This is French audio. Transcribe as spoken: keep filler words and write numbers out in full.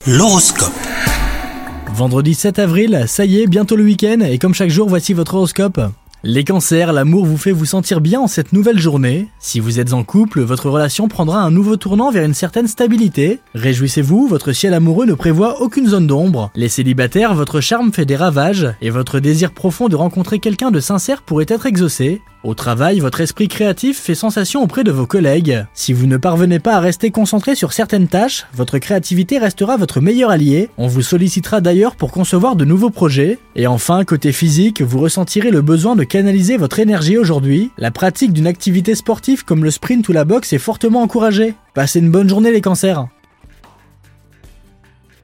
L'horoscope. Vendredi sept avril, ça y est, bientôt le week-end, et comme chaque jour, voici votre horoscope. Les cancers, l'amour vous fait vous sentir bien en cette nouvelle journée. Si vous êtes en couple, votre relation prendra un nouveau tournant vers une certaine stabilité. Réjouissez-vous, votre ciel amoureux ne prévoit aucune zone d'ombre. Les célibataires, votre charme fait des ravages, et votre désir profond de rencontrer quelqu'un de sincère pourrait être exaucé. Au travail, votre esprit créatif fait sensation auprès de vos collègues. Si vous ne parvenez pas à rester concentré sur certaines tâches, votre créativité restera votre meilleur allié. On vous sollicitera d'ailleurs pour concevoir de nouveaux projets. Et enfin, côté physique, vous ressentirez le besoin de canaliser votre énergie aujourd'hui. La pratique d'une activité sportive comme le sprint ou la boxe est fortement encouragée. Passez une bonne journée les cancers.